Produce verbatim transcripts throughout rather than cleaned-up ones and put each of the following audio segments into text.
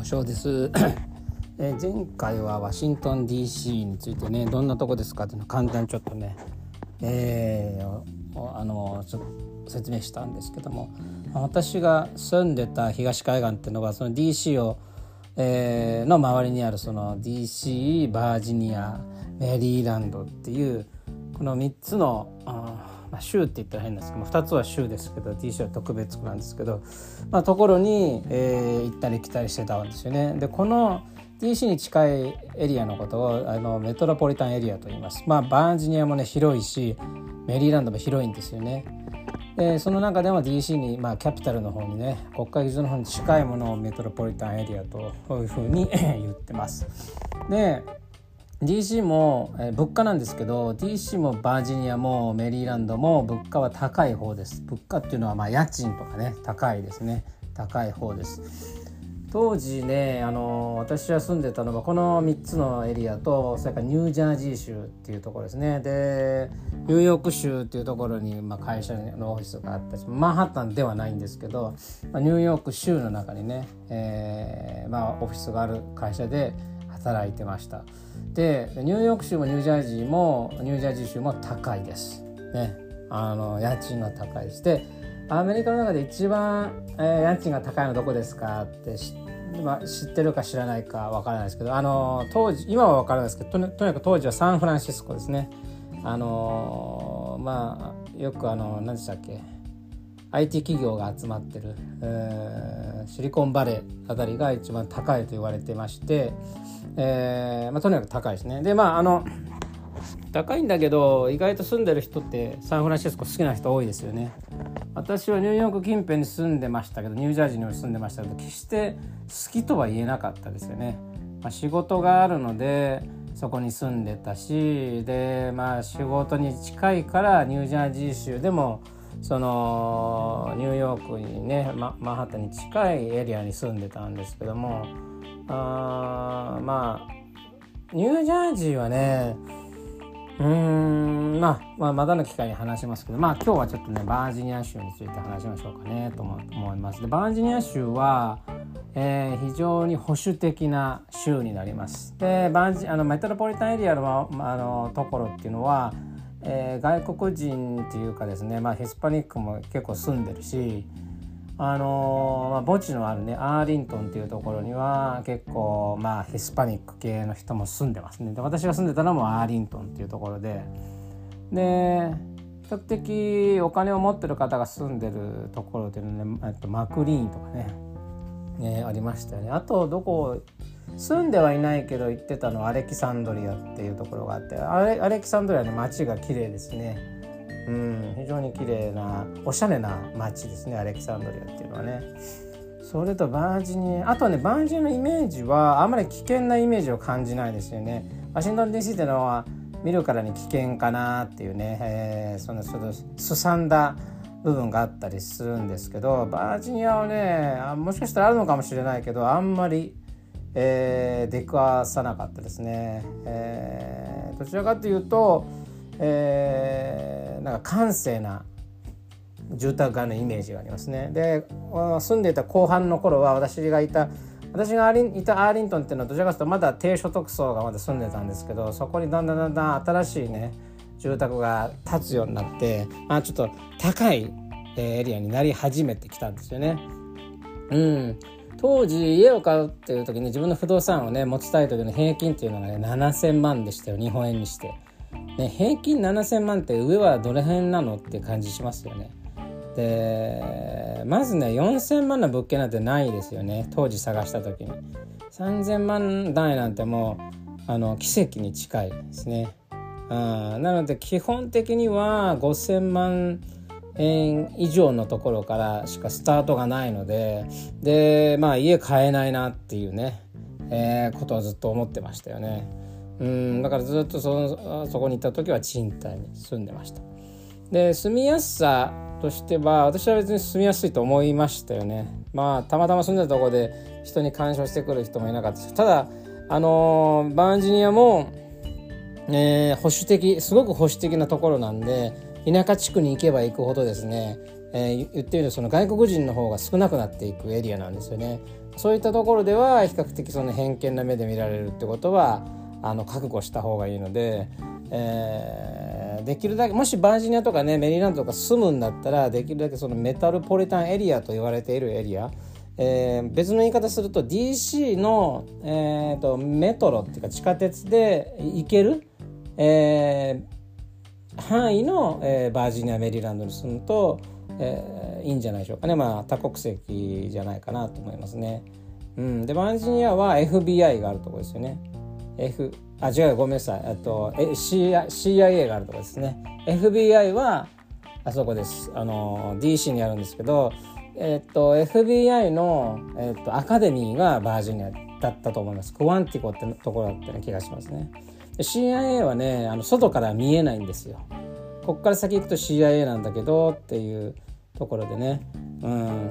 も翔です、えー、前回はワシントン ディーシー についてね、どんなとこですかっていうのを簡単にちょっとね、えー、あのちょっと説明したんですけども、私が住んでた東海岸っていうのはその ディーシー を、えー、の周りにあるその ディーシー、バージニア、メリーランドっていうこのみっつのあまあ、州って言ったら変なんですけども、ふたつは州ですけど ディーシー は特別区なんですけど、まあ、ところに、えー、行ったり来たりしてたんですよね。でこの ディーシー に近いエリアのことをあのメトロポリタンエリアと言います。まあ、バージニアもね広いし、メリーランドも広いんですよね。でその中でも ディーシー に、まあ、キャピタルの方にね、国会議事堂の方に近いものをメトロポリタンエリアとこういうふうに言ってます。でディーシー も、えー、物価なんですけど ディーシー もバージニアもメリーランドも物価は高い方です。物価っていうのはまあ家賃とかね高いですね。高い方です。当時ね、あの私は住んでたのはこのみっつのエリアと、それからニュージャージー州っていうところですね。でニューヨーク州っていうところに、まあ、会社のオフィスがあったし、マンハッタンではないんですけど、まあ、ニューヨーク州の中にね、えーまあ、オフィスがある会社で働いてました。でニューヨーク州もニュージャージーもニュージャージー州も高いですね。あの家賃が高いです。でアメリカの中で一番、えー、家賃が高いのはどこですかって知、まあ、知ってるか知らないかわからないですけど、あの当時今はわからないですけど、とに、とにかく当時はサンフランシスコですね。あのまあよくあの何でしたっけ、アイティー 企業が集まってる、えー、シリコンバレーあたりが一番高いと言われてまして、えーまあ、とにかく高いですね。でまああの高いんだけど意外と住んでる人ってサンフランシスコ好きな人多いですよね。私はニューヨーク近辺に住んでましたけど、ニュージャージーにも住んでましたけど、決して好きとは言えなかったですよね。まあ、仕事があるのでそこに住んでたし、でまあ仕事に近いからニュージャージー州でもそのニューヨークにね、マンハッタンに近いエリアに住んでたんですけども、あまあニュージャージーはね、うーん、まあ、まあまたの機会に話しますけど、まあ今日はちょっとねバージニア州について話しましょうかねと思います。でバージニア州は、えー、非常に保守的な州になります。でバージあのメトロポリタンエリアの、あのところっていうのは、えー、外国人っていうかですね、まあヒスパニックも結構住んでるし、あのーまあ、墓地のあるねアーリントンっていうところには結構まあヒスパニック系の人も住んでますね。で私が住んでたのもアーリントンっていうところで、で比較的お金を持ってる方が住んでるところっていうのね、えっと、マクリーンとかね、ねありましたよね。あとどこ住んではいないけど行ってたのはアレキサンドリアっていうところがあって、アレ、アレキサンドリアの街が綺麗ですね。うん、非常に綺麗なおしゃれな街ですね、アレキサンドリアっていうのはね。それとバージニア、あとはねバージニアのイメージはあんまり危険なイメージを感じないですよね。ワシントン ディーシー っていうのは見るからに危険かなっていうね、えー、そのちょっとすさんだ部分があったりするんですけど、バージニアはねもしかしたらあるのかもしれないけど、あんまり、えー、出くわさなかったですね。えー、どちらかというとえー、なんか閑静な住宅街のイメージがありますね。で住んでいた後半の頃は私がいた私がいたアーリントンっていうのはどちらかというとまだ低所得層がまだ住んでたんですけど、そこにだんだんだんだん新しいね住宅が建つようになって、まあ、ちょっと高いエリアになり始めてきたんですよね。うん、当時家を買うっていう時に自分の不動産をね持ちたい時の平均っていうのがねななせんまんでしたよ、日本円にして。ね、平均ななせんまんって上はどの辺なのって感じしますよね。でまずねよんせんまんの物件なんてないですよね、当時探した時に。さんぜんまん台なんてもうあの奇跡に近いですね。あなので基本的にはごせんまんえん以上のところからしかスタートがないので、でまあ家買えないなっていうね、えー、ことをずっと思ってましたよね。うんだからずっと そ, のそこに行った時は賃貸に住んでました。で住みやすさとしては私は別に住みやすいと思いましたよね。まあたまたま住んでたところで人に干渉してくる人もいなかったし、ただあのー、バージニアも、えー、保守的すごく保守的なところなんで、 田舎地区に行けば行くほどですね、えー、言ってみるとその外国人の方が少なくなっていくエリアなんですよね。そういったところでは比較的その偏見な目で見られるってことはあの覚悟した方がいいので、えー、できるだけもしバージニアとかねメリーランドとか住むんだったらできるだけそのメトロポリタンエリアと言われているエリア、えー、別の言い方すると ディーシー の、えー、とメトロっていうか地下鉄で行ける、えー、範囲の、えー、バージニアメリーランドに住むと、えー、いいんじゃないでしょうかね。まあ多国籍じゃないかなと思いますね。うん、でバージニアは エフビーアイ があるところですよね。F あ違うごめんなさいあと シーアイエー があるところですね。 エフビーアイ はあそこです。あの ディーシー にあるんですけど、えっと エフビーアイ の、えっと、アカデミーがバージニアだったと思います。クワンティコってところだったような気がしますね。で シーアイエー はねあの外から見えないんですよ。こっから先行くと シーアイエー なんだけどっていうところでね、うん、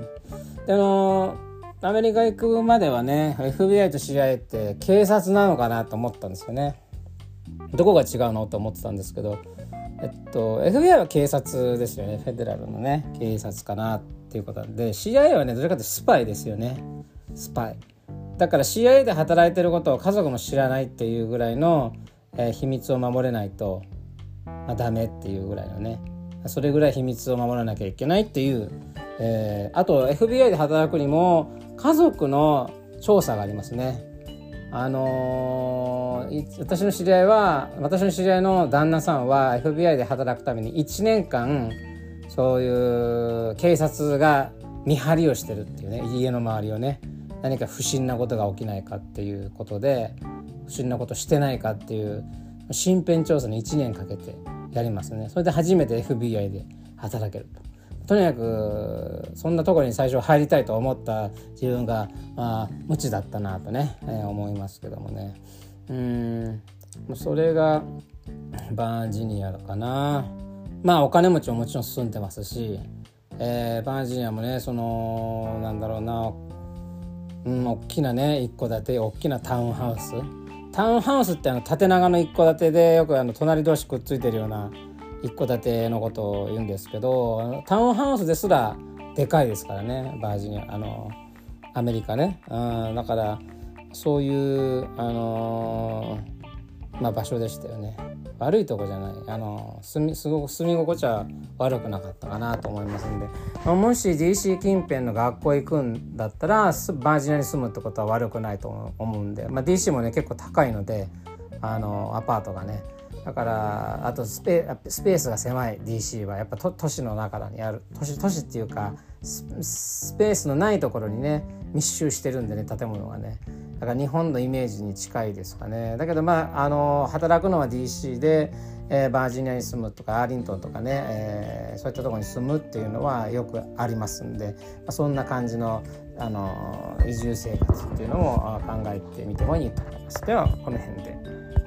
であのアメリカ行くまではね エフビーアイ と シーアイエー って警察なのかなと思ったんですよね。どこが違うのと思ってたんですけど、えっと エフビーアイ は警察ですよね。フェデラルのね警察かなっていうことなんで、 シーアイエー はねどれかというとスパイですよね。スパイだから シーアイエー で働いてることを家族も知らないっていうぐらいの、えー、秘密を守れないと、まあ、ダメっていうぐらいのね、それぐらい秘密を守らなきゃいけないっていう、えー、あと エフビーアイ で働くにも家族の調査がありますね。あのー、私の知り合いは私の知り合いの旦那さんは エフビーアイ で働くためにいちねんかんそういう警察が見張りをしてるっていうね、家の周りをね何か不審なことが起きないかっていうことで不審なことしてないかっていう身辺調査にいちねんかけてやりますね。それで初めて エフビーアイ で働けると。とにかくそんなところに最初入りたいと思った自分が、まあ、無知だったなとね、えー、思いますけどもね。うーんそれがバージニアかな。まあお金持ちももちろん住んでますし、えー、バージニアもねそのなんだろうな、うん、大きなね一戸建て大きなタウンハウスタウンハウスってあの縦長の一戸建てでよくあの隣同士くっついてるような一戸建てのことを言うんですけど、タウンハウスですらでかいですからねバージニアあのアメリカね、うん、だからそういうあのー、まあ場所でしたよね。悪いとこじゃない、あの住みすごく住み心地は悪くなかったかなと思いますんで、まあ、もし ディーシー 近辺の学校行くんだったらバージニアに住むってことは悪くないと思うんで、まあ、ディーシー もね結構高いのであのアパートがね、だからあとスペ、スペースが狭い ディーシー はやっぱ都市の中にある都市、都市っていうかスペースのないところにね密集してるんでね建物がね、だから日本のイメージに近いですかね。だけどまああの働くのは ディーシー で、えー、バージニアに住むとかアーリントンとかね、えー、そういったところに住むっていうのはよくありますんで、まあ、そんな感じの、あの移住生活っていうのも考えてみてもいいと思います。ではこの辺で。